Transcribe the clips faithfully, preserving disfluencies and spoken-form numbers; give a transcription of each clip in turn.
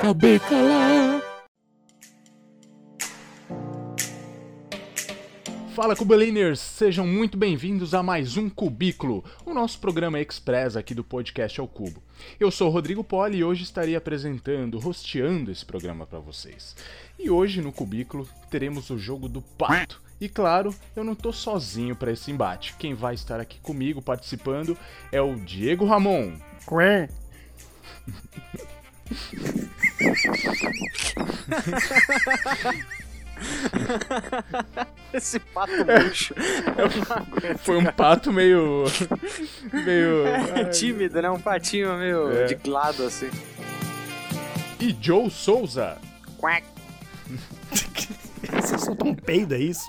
acabei calar. Fala, Cubeliners! Sejam muito bem-vindos a mais um Cubículo, o nosso programa express aqui do podcast ao Cubo. Eu sou o Rodrigo Poli e hoje estarei apresentando, hosteando esse programa para vocês. E hoje no Cubículo teremos o jogo do pato. E claro, eu não tô sozinho para esse embate. Quem vai estar aqui comigo participando é o Diego Ramon. Ué. Esse pato murcho. É, foi um pato meio. meio. É, tímido, né? Um patinho meio é. de lado assim. E Joe Souza. Quack. Você soltou um peido, é isso?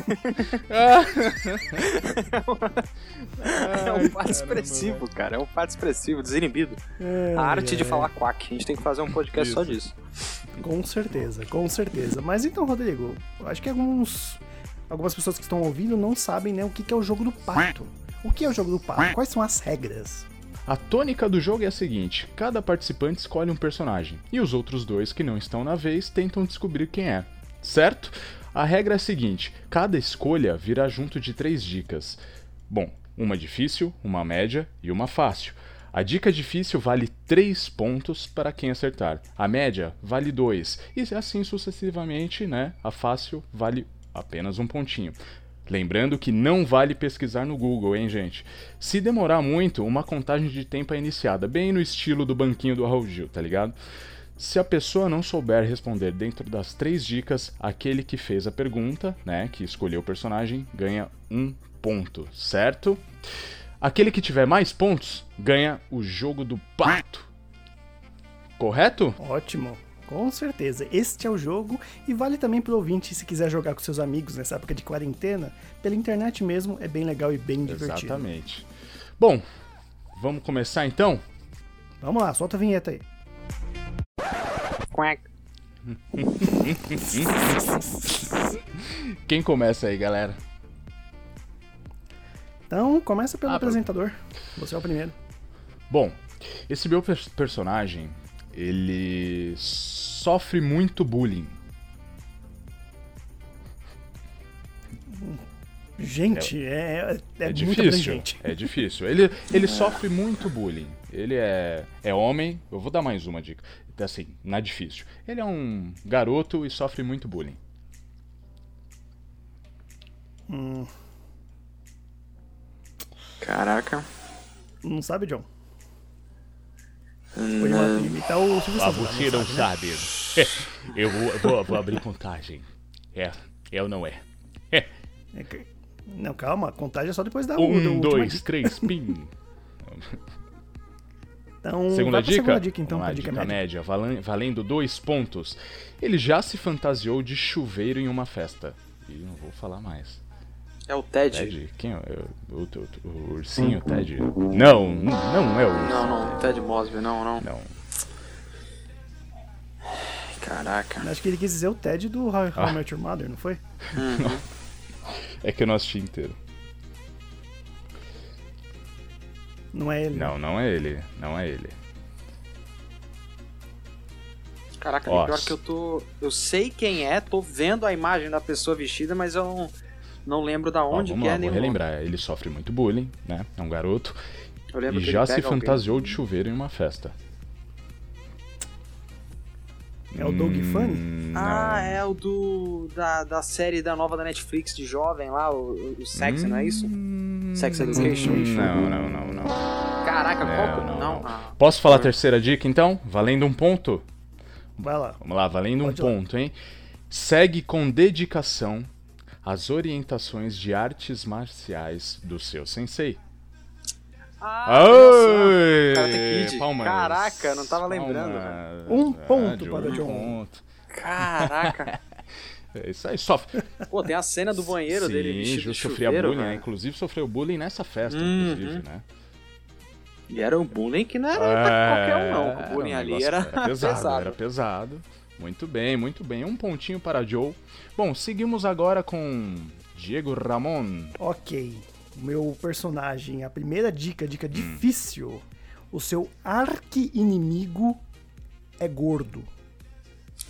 É um pato expressivo, cara. É um pato expressivo, desinibido. É, a arte é. de falar quack. A gente tem que fazer um podcast Isso. só disso. Com certeza, com certeza. Mas então, Rodrigo, eu acho que alguns, algumas pessoas que estão ouvindo não sabem, né, o que é o jogo do pato. O que é o jogo do pato? Quais são as regras? A tônica do jogo é a seguinte: cada participante escolhe um personagem, e os outros dois que não estão na vez tentam descobrir quem é. Certo? A regra é a seguinte: cada escolha virá junto de três dicas. Bom, uma difícil, uma média e uma fácil. A dica difícil vale três pontos para quem acertar. A média vale dois. E assim sucessivamente, né? A fácil vale apenas um pontinho. Lembrando que não vale pesquisar no Google, hein, gente? Se demorar muito, uma contagem de tempo é iniciada, bem no estilo do banquinho do Raul Gil, tá ligado? Se a pessoa não souber responder dentro das três dicas, aquele que fez a pergunta, né, que escolheu o personagem, ganha um ponto, certo? Aquele que tiver mais pontos, ganha o jogo do pato. Correto? Ótimo, com certeza. Este é o jogo e vale também pro ouvinte se quiser jogar com seus amigos nessa época de quarentena. Pela internet mesmo, é bem legal e bem divertido. Exatamente. Bom, vamos começar então? Vamos lá, solta a vinheta aí. Quack. Quem começa aí, galera? Então, começa pelo Ah, apresentador. Você é o primeiro. Bom, esse meu per- personagem, ele sofre muito bullying. Gente, é, é, é, É muito difícil, abrangente. é difícil. Ele, ele sofre muito bullying. Ele é, é homem, eu vou dar mais uma dica. Assim, na difícil. Ele é um garoto e sofre muito bullying. Hum, Caraca. não sabe, John? Hum, Foi uma imitar o Silvio Ah, Santos, você não sabe, né? sabe. Eu vou, vou, vou abrir contagem. É, é ou não é? É que- Não, calma, a contagem é só depois da da Um, última dois, dica. três, pim. Então, Segunda vai pra dica? segunda dica, então, Vamos com lá, a dica, dica média. média, valen- valendo dois pontos. Ele já se fantasiou de chuveiro em uma festa. E não vou falar mais. É o Ted? Ted? Quem é o, o, o, o ursinho, Ted? Não, não é o ursinho. Não, não. Ted Mosby, não, não. Não. Caraca. Acho que ele quis dizer o Ted do How, How I Met Your Mother, não foi? É que eu não assisti inteiro. Não é ele. Não, não é ele. Não é ele. Caraca, Ó, pior que eu tô... Eu sei quem é, tô vendo a imagem da pessoa vestida, mas eu não, não lembro da Ó, onde vamos que lá, é nem vou o nome. relembrar. Ele sofre muito bullying, né? É um garoto. Eu lembro E que já ele se pega alguém. fantasiou de chuveiro em uma festa. É o Doug Hum, Funny? Não. Ah, é o do... Da, da série da nova da Netflix de jovem lá, o, o Sex, não é isso? Hum, Sex Education? Não, não, não, não. Caraca, Não, qual que... não, Não, não. Ah. Posso falar a terceira dica, então? Valendo um ponto? Vai lá. Vamos lá, valendo Pode um ir lá. ponto, hein? Segue com dedicação as orientações de artes marciais do seu sensei. Ah, olha só. Oi! Karate Kid. Palmas. Caraca, não tava lembrando, Palmas. Um ponto Diogo, para um John. ponto. Caraca. É isso aí, sofre. Pô, tem a cena do banheiro Sim, dele vestido Ju de sofria chuveiro, bullying, né? velho. Inclusive sofreu bullying nessa festa, Uhum. inclusive, né? E era um bullying que não era pra qualquer um, não. O bullying um ali negócio- era, pesado, pesado. Era pesado. Muito bem, muito bem. Um pontinho para Joe. Bom, seguimos agora com Diego Ramon. Ok. O meu personagem, a primeira dica, Hum. dica difícil. O seu arqui-inimigo é gordo.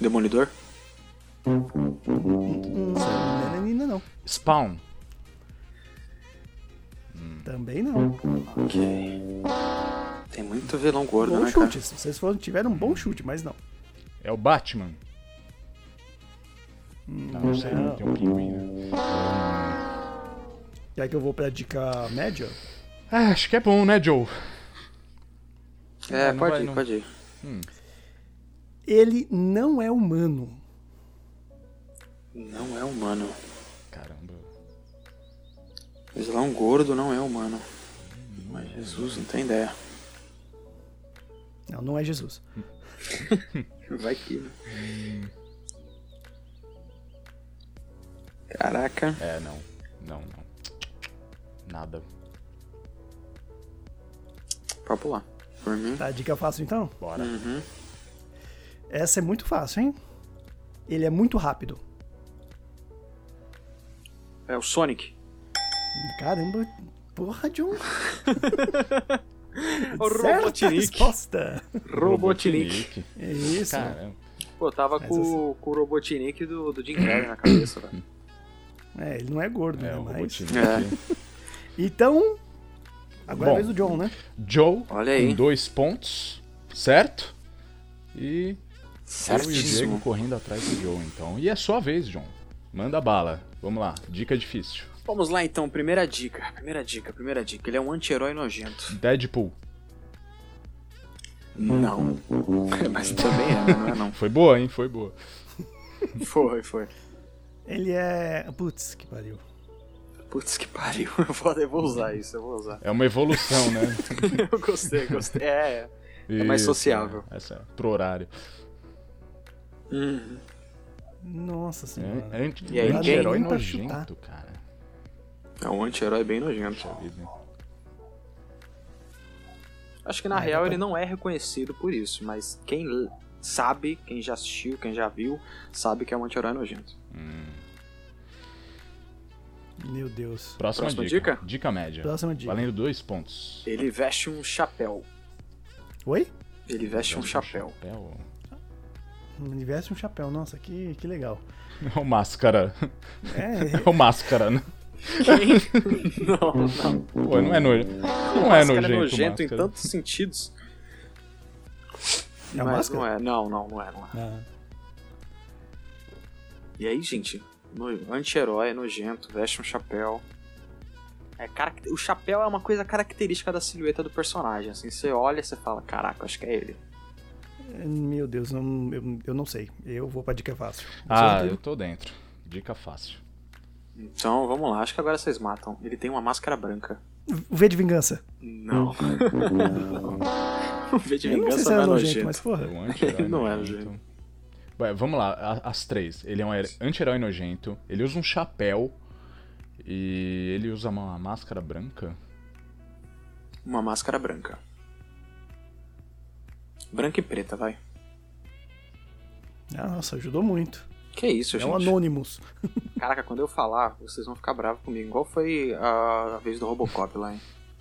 Demolidor? Hum, ainda não. Spawn. Também não. Ok. Tem muito vilão gordo, Bom né, chute. Se vocês foram, tiveram um bom chute, mas não. É o Batman. Hum, Não, não sei, não. tem um pinguim, né? Quer que eu vou pra dica média? Ah, acho que é bom, né, Joe? cara? É, não pode vai, ir, não. pode ir. Ele não é humano. Não é humano. Caramba. Vilão gordo não é humano. Mas Jesus, não tem ideia. Não, não é Jesus. Vai que, né? Caraca. É, não. Não, não. Nada. Pode pular. Por mim. Tá, dica fácil então? Bora. Uhum. Essa é muito fácil, hein? Ele é muito rápido. É o Sonic. Caramba, porra, John. O Certa Robotnik. resposta. Robotnik. É isso. Caramba. Pô, eu tava Mas com, assim- com o Robotnik do, do Jim Carrey na cabeça, velho. É, ele não é gordo, É, né? o Mas... Robotnik. É. Então, agora é Bom. a vez do John, né? Joe, Olha aí. com dois pontos, certo? E eu e o Certíssimo. Diego correndo atrás do Joe, então. E é sua vez, John. Manda bala. Vamos lá, dica difícil. Vamos lá então, primeira dica. Primeira dica, primeira dica. Ele é um anti-herói nojento. Deadpool. Não. Mas também é, mas não é não. Foi boa, hein? Foi boa. Foi, foi. Ele é... Putz, que pariu. Putz, que pariu. Eu vou, eu vou usar isso, eu vou usar. É uma evolução, né? Eu gostei, gostei. É, é mais Isso, sociável. é. Essa é pro horário. Uhum. Nossa senhora. É, anti- E aí, anti-herói quem? nojento, cara. É um anti-herói bem nojento. Puxa vida. Acho que na Ah, real então ele tá. não é reconhecido por isso, mas quem l- sabe, quem já assistiu, quem já viu, sabe que é um anti-herói nojento. Hum. Meu Deus. Próxima, Próxima dica. dica? Dica média. Próxima dica. Valendo dois pontos. Ele veste um chapéu. Oi? Ele veste um chapéu. chapéu. Ele veste um chapéu. Nossa, que, que legal. É o Máscara. É, É o Máscara, né? Quem? não, não. Pô, não é nojento. Não é Máscara nojento, é nojento em Máscara. tantos sentidos. É o mas Máscara? não é, não, não, não é, não é. Ah, E aí, gente, no- anti-herói, nojento, veste um chapéu. É, carac- o chapéu é uma coisa característica da silhueta do personagem. Assim, você olha e você fala, caraca, acho que é ele. meu Deus, não, eu, eu não sei. Eu vou pra dica fácil. Ah, Você, eu tô dentro. Dica fácil. Então, vamos lá. Acho que agora vocês matam. Ele tem uma máscara branca. O V de Vingança. Não. O V de Eu não sei vingança se não era é nojento, nojento. mas porra. É um anti-herói Não é nojento. nojento. Vai, vamos lá, a- as três. Ele é um her- anti-herói nojento, ele usa um chapéu e ele usa uma máscara branca. Uma máscara branca. Branca e preta, vai. Ah, nossa, ajudou muito. Que isso, É gente. um Anonymous. Caraca, quando eu falar, vocês vão ficar bravos comigo. Igual foi a, a vez do Robocop lá, hein?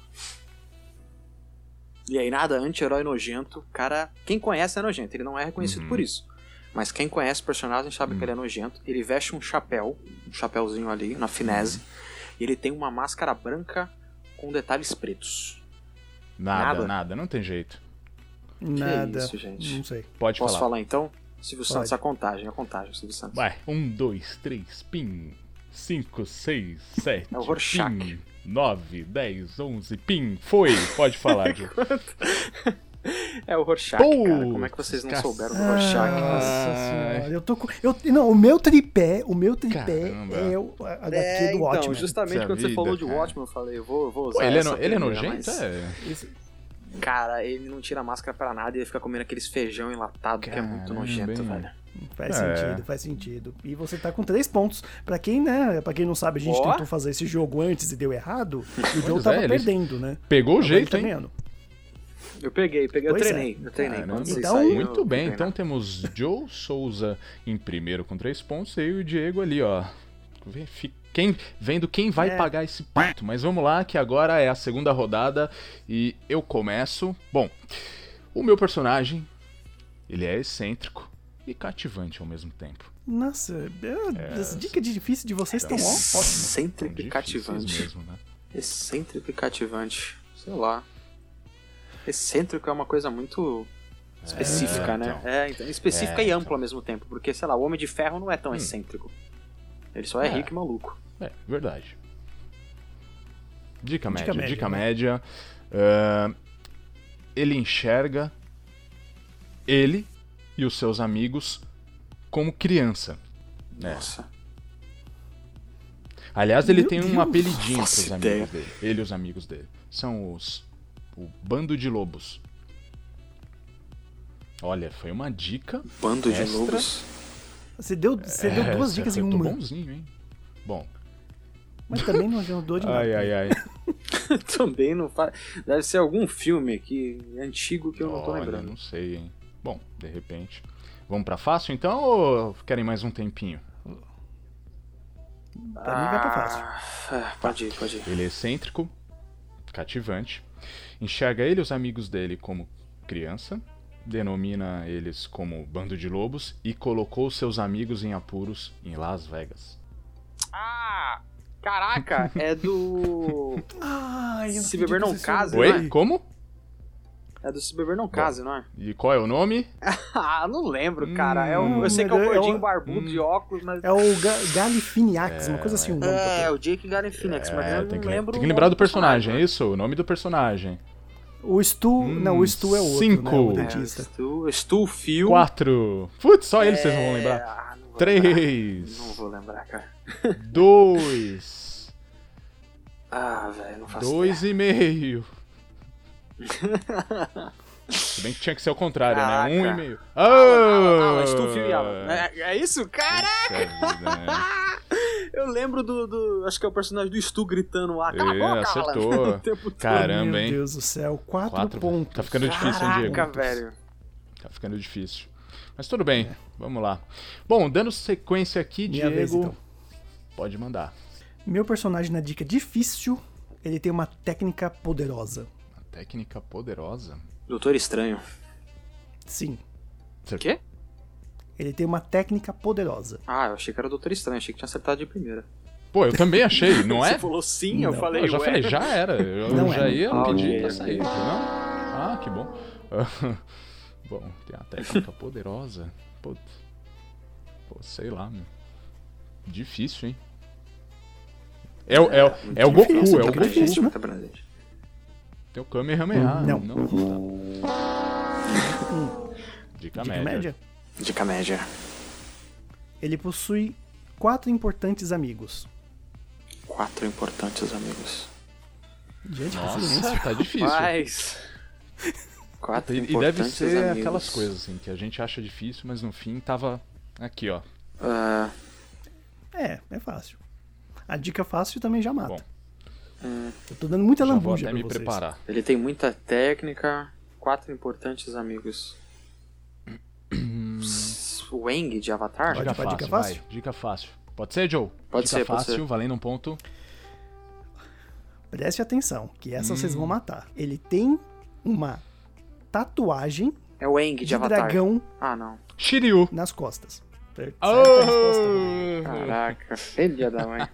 E aí, nada, anti-herói nojento. Cara, quem conhece é nojento. Ele não é reconhecido Uhum. por isso. Mas quem conhece o personagem sabe que ele é nojento. Ele veste um chapéu, um chapéuzinho ali, na finese. E ele tem uma máscara branca com detalhes pretos. Nada, Nada? nada, não tem jeito. Nada. isso, gente? Não sei. Pode Posso falar. falar então? Silvio Pode. Santos, a contagem, a contagem, Silvio Santos. Vai, um, dois, três, pim. Cinco, seis, sete, É o Rorschach. pim. Nove, dez, onze, pim. Foi, pode falar, Gil. É o Rorschach, Putz, cara. Como é que vocês não cac- souberam do Rorschach? Nossa senhora. Eu tô com. Eu, não, o meu tripé, o meu tripé Caramba. é o a H Q É, do então, Watchmen. justamente Puta quando você vida, falou de cara. Watchmen, eu falei, eu vou, eu vou usar Pô, ele é, essa no- ele é primeira, nojento? mas, É. Esse- Cara, ele não tira a máscara pra nada e ele fica comendo aqueles feijão enlatado, que é muito Caramba, nojento, hein? velho. Faz É. sentido, faz sentido. E você tá com três pontos. Pra quem, né? Pra quem não sabe, a gente Ó. tentou fazer esse jogo antes e deu errado. E o Joe Pois tava é, ele- perdendo, né? Pegou o Agora jeito, ele tá hein? ganhando. Eu peguei, peguei, eu Pois é. treinei, eu treinei. Caramba. Quando vocês Então- saíram, Muito eu bem, treinei. então temos Joe Souza em primeiro com três pontos e o Diego ali, ó. Vê- fi- Quem, vendo quem vai É. pagar esse ponto. Mas vamos lá, que agora é a segunda rodada e eu começo. Bom, o meu personagem, ele é excêntrico, e cativante ao mesmo tempo. Nossa, é, as dicas de difícil de vocês estão Então, ótimas. Excêntrico e cativante. Mesmo, né? Excêntrico e cativante. Sei lá. Excêntrico é uma coisa muito específica, É, né? então. É, então, específica É, e ampla então. ao mesmo tempo. Porque, sei lá, o Homem de Ferro não é tão Hum. excêntrico. Ele só é, É. rico e maluco. É, verdade. Dica média. Dica média, Dica né? média. ah, ele enxerga ele e os seus amigos como criança. É. Nossa. Aliás, ele Meu tem um Deus, apelidinho faço pros ideia. amigos dele. Ele e os amigos dele. São os... o Bando de Lobos. Olha, foi uma dica. Bando de Extra. lobos. Você deu, você deu É, duas dicas em eu tô uma. bonzinho, hein? Bom. Mas também não ajudou de nada. Ai, ai, ai. Também não faz. Deve ser algum filme aqui antigo que eu não tô Olha, lembrando. não sei, hein? Bom, de repente. Vamos pra fácil então ou querem mais um tempinho? Pra mim vai pra fácil. Ah, é, pode ir, pode ir. Ele é excêntrico, cativante, enxerga ele e os amigos dele como criança, denomina eles como bando de lobos e colocou seus amigos em apuros em Las Vegas. Ah! Caraca, é do. Ai, eu não Se acredito beber não que você case, soube. não Oi? Como? É do Se Beber Não Case, não é? E qual é o nome? Ah, não lembro, cara. É o- Hum, eu sei que é o mas é- gordinho é o- barbudo hum. de óculos, mas. É o Ga Galifiniax, uma coisa assim. O nome do É, ator. o Jake Gyllenhaal, mas É, eu tem não que, lembro. tem o que lembrar nome do personagem, é né? isso? O nome do personagem. O Stu. não, o Stu é o outro. Cinco. Né, o É, dentista. Stu, Stu Phil. Quatro. Putz, só eles vocês não vão É, lembrar. ah, não vou lembrar. Três. Não vou lembrar, cara. Dois. Ah, velho, não faço Dois e meio. Se bem que tinha que ser o contrário, Caraca. né? Um e meio. Ah, ah, ah, Stu, Phil e Alan. Ah, É, é isso? Caraca! puxa vida, né? Eu lembro do, do. Acho que é o personagem do Stu gritando lá. Cala a É, boca, acertou. Alan, o tempo todo. Caramba, Meu hein? Deus do céu. Quatro, Quatro. pontos. Tá ficando difícil, hein, Diego? Caraca, velho. Tá ficando difícil. Mas tudo bem, vamos lá. Bom, dando sequência aqui, Minha Diego, vez, então. pode mandar. Meu personagem na dica difícil, ele tem uma técnica poderosa. Uma técnica poderosa. Doutor Estranho. Sim, O quê? ele tem uma técnica poderosa. Ah, eu achei que era o Doutor Estranho, achei que tinha acertado de primeira. Pô, eu também achei, não é? Você falou sim, eu Não. falei, Eu já ué. falei, já era. Eu Não já é. ia Ah, pedir ok, pra ok. sair, não? Ah, que bom. Bom, tem a técnica poderosa. Pô, pô, sei lá, meu. Difícil, hein? É, o- é, o- é o Goku, difícil, é o muito Goku. difícil. Muito abrangente. Tem o Kamehameha. Não. não tá. Dica, Dica média. média. Dica média. Ele possui quatro importantes amigos. Quatro importantes amigos. Gente, que silêncio. Nossa, tá difícil. Mas... Quatro E, e deve importantes ser amigos. aquelas coisas assim que a gente acha difícil, mas no fim tava aqui, ó. Ah, É, é fácil. A dica fácil também já mata. Bom, Eu tô dando muita já vou lambuja até pra me vocês. preparar. ele tem muita técnica. Quatro importantes amigos. O Aang de Avatar? Pode Dica pra fácil, dica vai. fácil? Dica fácil. Pode ser, Joe? Pode dica ser, pode fácil, ser. valendo um ponto. Preste atenção, que essa vocês Hum. vão matar. Ele tem uma tatuagem É o Aang de, de Avatar. dragão Ah, não. Shiryu. nas costas. Certa Oh! resposta. Caraca, filha da mãe.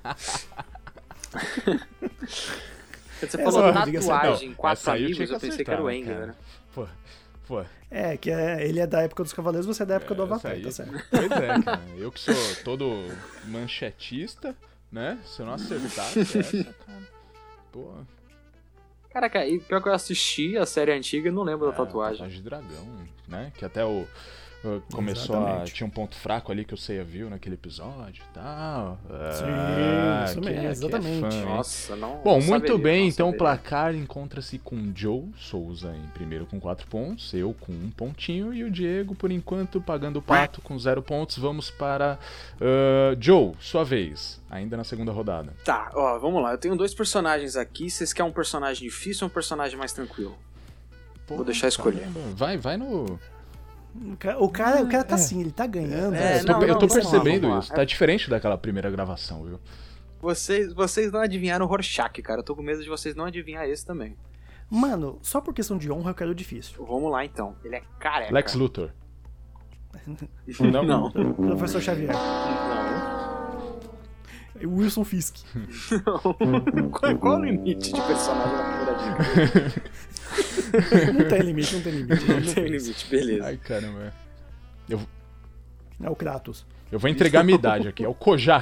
Você Essa falou não, diga assim, tatuagem, não, quatro essa aí eu amigos, tinha eu, que pensei que era o acertar, Aang, cara. né? Pô, pô. É, que é, ele é da época dos Cavaleiros, você é da época do essa Avatar, aí- tá certo. Pois é, cara. Eu que sou todo manchetista, né? Se eu não acertasse essa, cara. Pô. Caraca, e pior que eu assisti a série antiga e não lembro da É, tatuagem. Tatuagem de dragão, né? Que até o. o- Começou a. Exatamente. Tinha um ponto fraco ali que o Seiya viu naquele episódio e tal. Sim, Ah, isso que mesmo, é- que é exatamente. fã, hein? Nossa, não. Bom, não muito saberia, bem, não então o saberia. placar encontra-se com Joe Souza em primeiro com quatro pontos, eu com um pontinho e o Diego, por enquanto, pagando o pato com zero pontos. Vamos para ah, Joe, sua vez, ainda na segunda rodada. Tá, ó, vamos lá. Eu tenho dois personagens aqui. Vocês querem um personagem difícil ou um personagem mais tranquilo? Vou deixar escolher. Caramba, Vai, vai no. O ca- O cara, o cara tá É. assim, ele tá ganhando. É, eu tô, não, eu não, tô vamos lá, percebendo vamos lá. isso, tá diferente daquela primeira gravação, viu? Vocês, vocês não adivinharam o Rorschach, cara. Eu tô com medo de vocês não adivinhar esse também. Mano, só por questão de honra eu quero o difícil. Vamos lá, então. Ele é careca. Lex Luthor. Não. Não. Professor Xavier. Não. Wilson Fisk. Não. Qual, qual é o limite de personagem na primeira dica? Não tem limite, não tem limite. Não tem limite, beleza. Ai, caramba. Eu, É o Kratos. eu vou entregar a minha idade aqui. É o Kojak.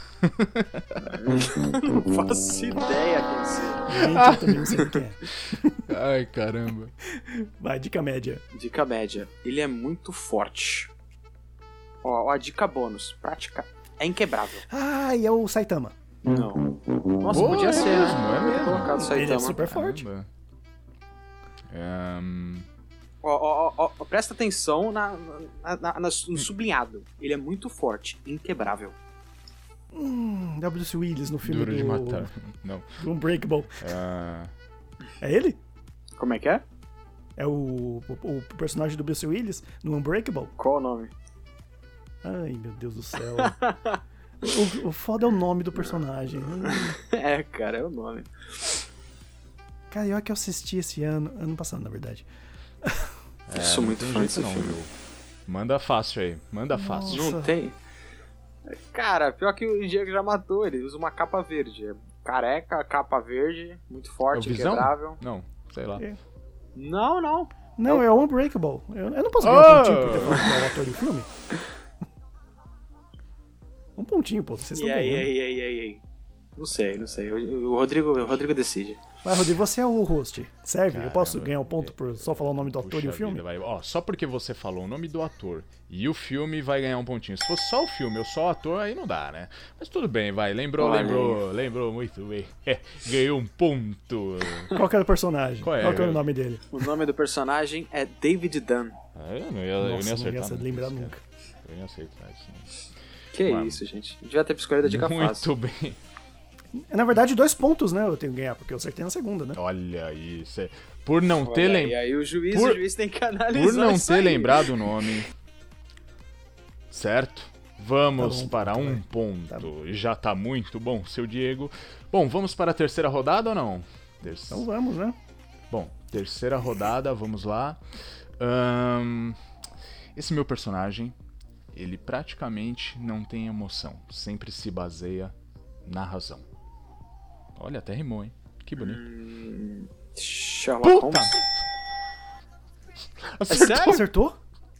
Não faço ideia quem seja. Gente, eu também não sei quem é. Ai, caramba. Vai, dica média. Dica média. Ele é muito forte. Ó, ó, a dica bônus. Prática. É inquebrável. Ah, e é o Saitama. Não. Nossa, Boa, podia é ser. mesmo, né? é mesmo. Colocado isso aí, Ele é Tama. super forte. Caramba. Ahn, Ó, ó, ó, ó, presta atenção na, na, na- na- no sublinhado. Ele é muito forte, inquebrável. Hum, é o Bruce Willis no filme duro do... de matar. Não. do Unbreakable. Ah, É ele? Como é que é? É o, o, o personagem do Bruce Willis no Unbreakable? Qual o nome? Ai, meu Deus do céu. o, o foda é o nome do personagem. Hum. É, cara, é o nome. Cara, eu que eu assisti esse ano, ano passado, na verdade. Eu sou muito não fã tem desse jeito não, filme. viu? Manda fácil aí. Manda fácil. Nossa. Não tem? Cara, pior que o Diego já matou. Ele usa uma capa verde. É careca, capa verde, muito É forte, o Visão? inquebrável. Não, sei lá. É. Não, não. Não, é o Unbreakable. Eu, eu não posso Oh! ganhar um pontinho por ter falado que é o ator do filme? Um pontinho, pô. Vocês E estão aí, ganhando. aí, aí, aí, aí. Não sei, não sei. O, o Rodrigo, o Rodrigo decide. Mas, Rodrigo, você é o host. Serve? Caramba. eu posso ganhar o ponto por só falar o nome do ator Puxa e o filme? vida, vai. Ó, só porque você falou o nome do ator e o filme vai ganhar um pontinho. Se fosse só o filme ou só o ator, aí não dá, né? Mas tudo bem, vai. Lembrou, Olha lembrou, lembrou muito bem. É, ganhou um ponto. Qual que era o personagem? Qual é? Qual que era o nome dele? O nome do personagem é David Dunn. Ah, eu não ia, eu não ia Nossa, não acertar. ia nunca lembrar isso, cara. nunca. Eu ia acertar isso. Que Mano. isso, gente. Devia ter escolhido a dica Muito fácil. bem. Na verdade, dois pontos, né? Eu tenho que ganhar, porque eu acertei na segunda, né? Olha isso. é- Por não Olha ter aí, lembrado. aí o juiz, Por- o juiz tem que analisar Por não isso ter aí. lembrado o nome. Certo? Vamos Tá bom, para ponto, um vai. ponto. Tá bom. Já tá muito bom, seu Diego. Bom, vamos para a terceira rodada ou não? Terce- Então vamos, né? Bom, terceira rodada, vamos lá. Ahn, Esse meu personagem, ele praticamente não tem emoção. Sempre se baseia na razão. Olha, até rimou, hein? Que bonito. Hum, Sherlock Puta! Holmes. Acertou! sério? Acertou?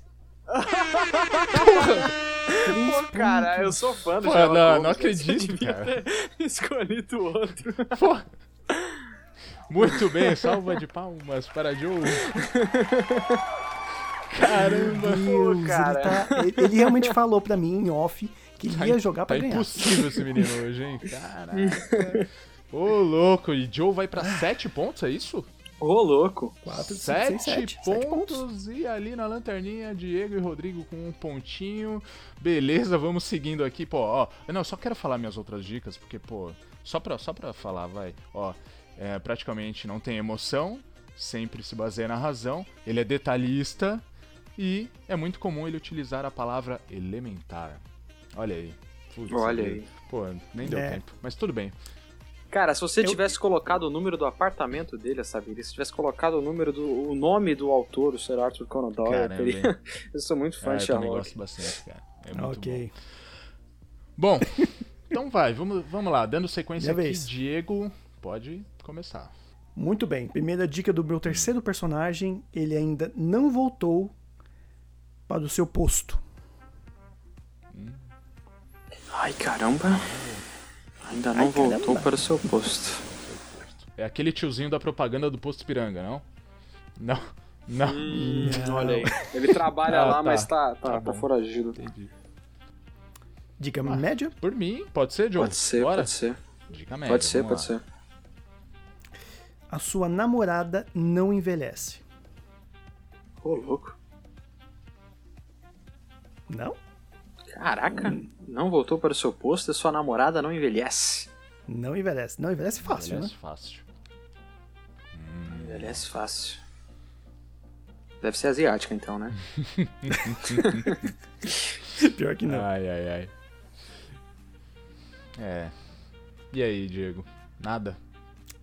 Pô, cara, eu sou fã do Pô, Sherlock não, Holmes. não Você acredito, devia cara. ter escolhido outro. Pô. Muito bem, salva de palmas para Joe. Caramba, Meu Deus, cara. Ele, tá- ele- ele realmente falou pra mim em off que ele ia jogar pra tá ganhar. impossível esse menino hoje, hein? Caraca. Ô, louco, e Joe vai pra sete pontos, é isso? Ô, louco. quatro, cinco, Sete, seis, sete. Sete pontos. pontos, e ali na lanterninha, Diego e Rodrigo com um pontinho. Beleza, vamos seguindo aqui, pô, ó. Não, eu só quero falar minhas outras dicas, porque, pô, só pra, só pra falar, vai. Ó, é, praticamente não tem emoção, sempre se baseia na razão, ele é detalhista e é muito comum ele utilizar a palavra elementar. Olha aí. Putz, Olha ele- aí. Pô, nem deu É. tempo, mas tudo bem. Cara, se você Eu- tivesse colocado o número do apartamento dele, sabe? Se tivesse colocado o número do o nome do autor, o Sir Arthur Conan Doyle, eu, Caramba, teria... hein? eu sou muito fã É, de eu também Sherlock. gosto bastante, cara. É muito Ok. bom. Bom, então vai, vamos, vamos lá. Dando sequência Minha aqui, vez. Diego, pode começar. Muito bem. Primeira dica do meu terceiro personagem, ele ainda não voltou para o seu posto. Ai, caramba. Ainda não Ai, voltou caramba. para o seu posto. É aquele tiozinho da propaganda do Posto Piranga, não? Não, não. Hum, Não. olha aí. Ele trabalha Ah, lá, tá. mas tá, tá, Tá tá bom. foragido. Entendi. Dica média. Por mim, pode ser, Joe? Pode ser, Bora? pode ser. Dica média, Pode ser, vamos pode lá. ser. A sua namorada não envelhece. Ô, louco. Não? Caraca, não voltou para o seu posto e sua namorada não envelhece. Não envelhece. Não envelhece fácil, Envelhece né? fácil. Envelhece fácil. Deve ser asiática, então, né? Pior que não. Ai, ai, ai. É. E aí, Diego? Nada?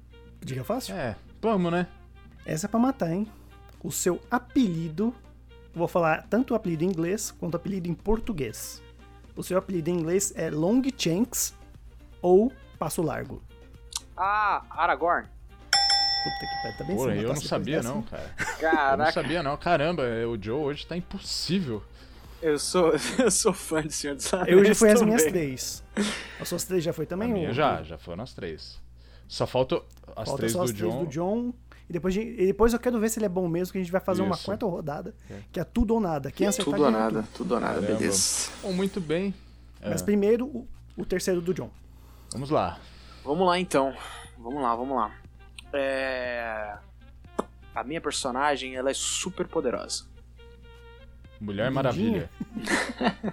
Dica fácil? É, vamos, né? Essa é pra matar, hein? O seu apelido vou falar tanto o apelido em inglês quanto o apelido em português. O seu apelido em inglês é Longshanks ou Passo Largo. Ah, Aragorn. Puta que pariu, tá bem Pô, cima, eu tá? não Se sabia fosse não, assim. cara. Caraca. Eu não sabia não. Caramba, o Joe hoje tá impossível. Eu sou, eu sou fã de Senhor dos Anéis. Eu já fui as minhas também. três. As suas três já foi A também? minha ou- já, já foram as três. Só faltam as Falta três só do as três John. do John. E depois, de- e depois eu quero ver se ele é bom mesmo, que a gente vai fazer uma Isso. quarta rodada, que é tudo ou nada. Quem acertar Tudo ou ganha nada, tudo. tudo ou nada, Caramba. beleza. Oh, muito bem. Mas É, primeiro, o, o terceiro do John. vamos lá. Vamos lá então. Vamos lá, vamos lá. É... A minha personagem, ela é super poderosa. Mulher Lindinha. Maravilha.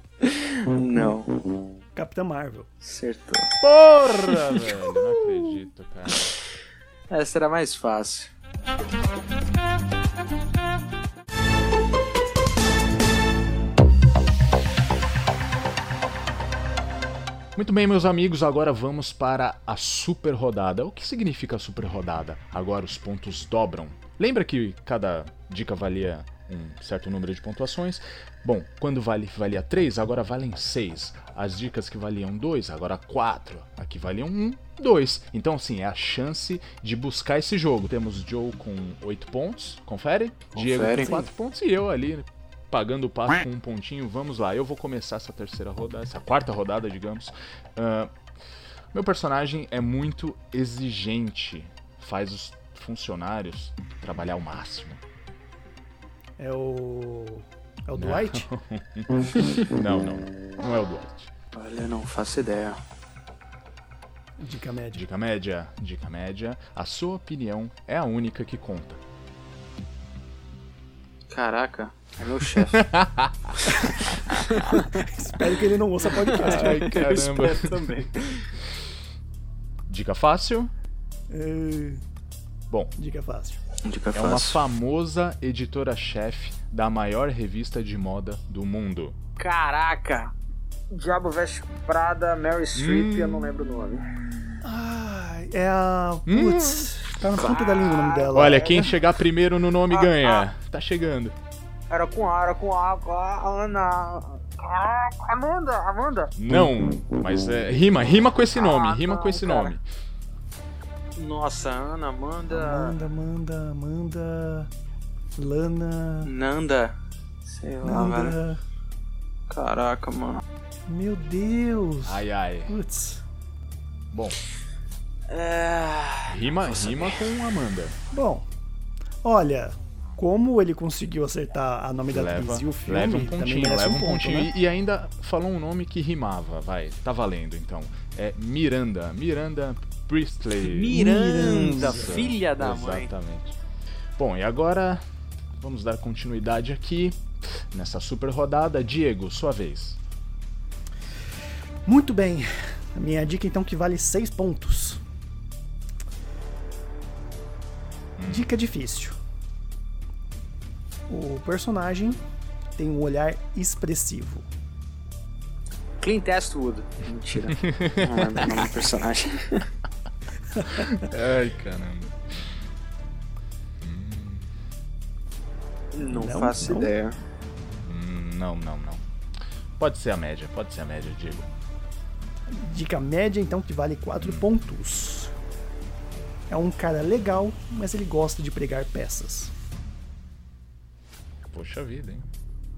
Não. Capitã Marvel. Acertou. Porra, velho. Não acredito, cara. Essa era mais fácil. Muito bem, meus amigos, agora vamos para a super rodada. O que significa a super rodada? Agora os pontos dobram. Lembra que cada dica valia um certo número de pontuações? Bom, quando vale, valia três, agora valem seis. As dicas que valiam dois, agora quatro. Aqui valiam um, dois. Então, assim, é a chance de buscar esse jogo. Temos Joe com oito pontos, confere? Diego Confere. com quatro pontos e eu ali pagando o passo com um pontinho. Vamos lá, eu vou começar essa terceira rodada, essa quarta rodada, digamos. Ah, meu personagem é muito exigente, faz os funcionários trabalhar ao máximo. É o... É o Não. Dwight? Não, não, não é o Dwight. Olha, não faço ideia. Dica média. Dica média, dica média, a sua opinião é a única que conta. Caraca, é meu chefe. Espero que ele não ouça podcast. Ai, Eu caramba. espero também. Dica fácil? É, Bom, Dica fácil. Dica é uma fácil. famosa editora-chefe da maior revista de moda do mundo. Caraca! Diabo Veste Prada, Mary Streep, Hum. eu não lembro o nome. Ai, é a... Putz, tá na ponta da língua o nome dela. Olha, quem chegar primeiro no nome Ah, ganha. Tá chegando. Era com A, era com A, com a Ana. Caraca, Amanda, Amanda. Não, mas é, rima, rima com esse nome, Ah, rima não, com esse cara. nome. Nossa, Ana, Amanda. Amanda, Amanda, Amanda... Lana... Nanda. Sei lá, velho. Nanda... Caraca, mano. Meu Deus. Ai, ai. Putz. Bom, É. rima, rima com Amanda. Bom, olha, como ele conseguiu acertar a nome da Leva, atriz e o filme, leva um também pontinho, merece leva um, um ponto, pontinho. né? E, e ainda falou um nome que rimava, vai, tá valendo então. É Miranda, Miranda Priestley. Miranda, Isso, filha da mãe. Exatamente. Bom, e agora vamos dar continuidade aqui nessa super rodada. Diego, sua vez. Muito bem. A minha dica então que vale seis pontos. Dica difícil. O personagem tem um olhar expressivo. Clint Eastwood. Mentira. Não lembro o nome do personagem. Ai, caramba. Não, Não, faço não. ideia. Hum, não, não, não. Pode ser a média, pode ser a média, Diego. Dica média então que vale quatro pontos. É um cara legal, mas ele gosta de pregar peças. Poxa vida, hein?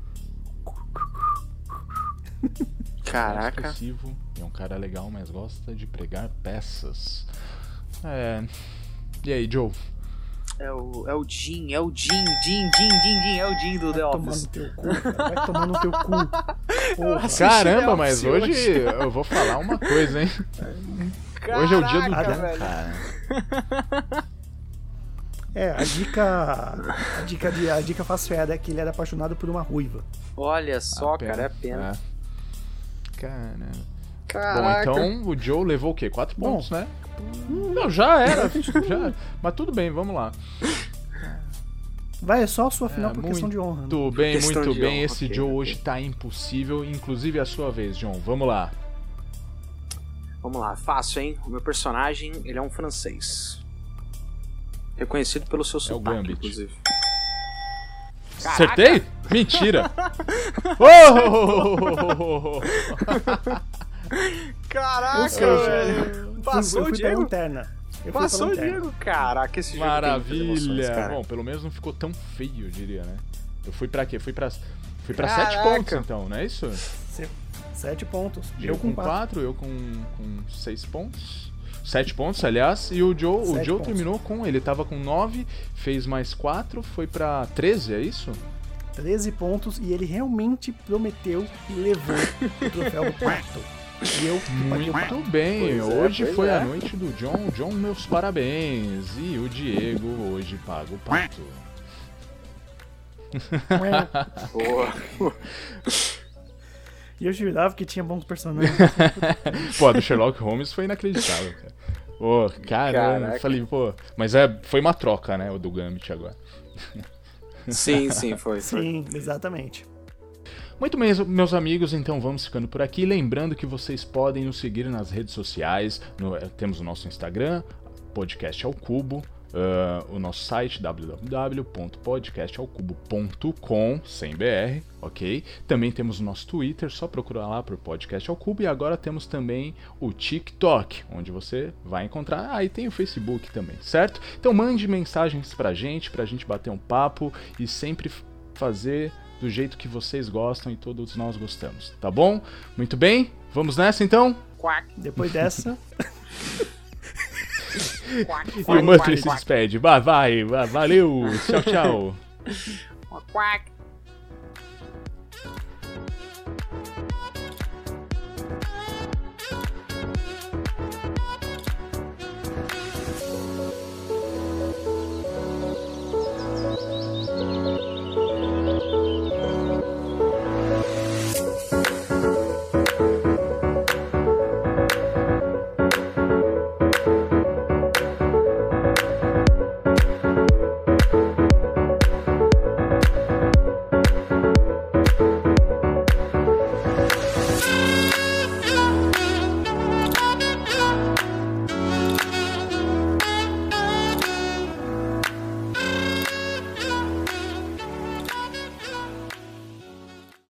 É Caraca. expressivo, é um cara legal, mas gosta de pregar peças. É. E aí, Joe? É o, é o Jim, é o Jim, Jim, Jim, Jim, Jim, é o Jim do The Vai tomar Office. no teu cu, cara. Vai tomar no teu cu. Porra. assisti Caramba, The mas Office hoje hoje. eu vou falar uma coisa, hein? Hoje é o dia do Caraca, John, velho. cara. É, a dica. A dica, de, a dica fácil é que ele era apaixonado por uma ruiva. Olha só, A cara, é pena. É. Caramba. Bom, Caraca. então o Joe levou o quê? Quatro Bom. pontos, né? Não, já era. já. Mas tudo bem, vamos lá. Vai, é só a sua final É, por questão de honra. né? Muito bem, questão muito de bem. honra, Esse ok, Joe ok. hoje tá impossível. Inclusive a sua vez, John. Vamos lá. Vamos lá, fácil, hein? O meu personagem, ele é um francês. Reconhecido pelo seu sotaque, Gambit. inclusive. Acertei? Mentira! Oh! Caraca, Ou seja, velho. Passou eu fui o Diego. pela lanterna. Eu fui Passou o pela lanterna. Diego. Caraca, esse jogo tem muitas emoções, Maravilha! cara. Bom, pelo menos não ficou tão feio, eu diria, né? Eu fui pra quê? Fui pra, fui pra Caraca. sete pontos, então, não é isso? Se- Sete pontos. Eu Eu com com quatro. quatro, eu com, com seis pontos. Sete pontos, aliás, e o Joe, o Sete Joe pontos. terminou com. Ele tava com nove, fez mais quatro, foi pra treze, é isso? treze pontos e ele realmente prometeu e levou o troféu do pato. E eu que paguei o pato. Muito bem, Pois é, hoje pois foi é. a noite do John. John, meus parabéns. E o Diego hoje paga o pato. Boa. E eu jurava que tinha bons personagens. Pô, a do Sherlock Holmes foi inacreditável, cara. Pô, caramba. Caraca. Falei, pô. Mas é, foi uma troca, né? O do Gambit agora. Sim, sim, foi. foi. Sim, exatamente. Muito bem, meus amigos, então vamos ficando por aqui. Lembrando que vocês podem nos seguir nas redes sociais. No- eh, temos o nosso Instagram, Podcast ao Cubo. Uh, o nosso site w w w ponto podcast ao cubo ponto com, sem B R, ok? Também temos o nosso Twitter, só procurar lá por Podcast ao Cubo. E agora temos também o TikTok, onde você vai encontrar. Ah, e tem o Facebook também, certo? Então mande mensagens pra gente, pra gente bater um papo e sempre f- fazer do jeito que vocês gostam e todos nós gostamos, tá bom? Muito bem, vamos nessa então? Quack, Depois dessa, quack, E o quack, Muttley se quack, despede. Vai, vai, vai, valeu, tchau, tchau. quack.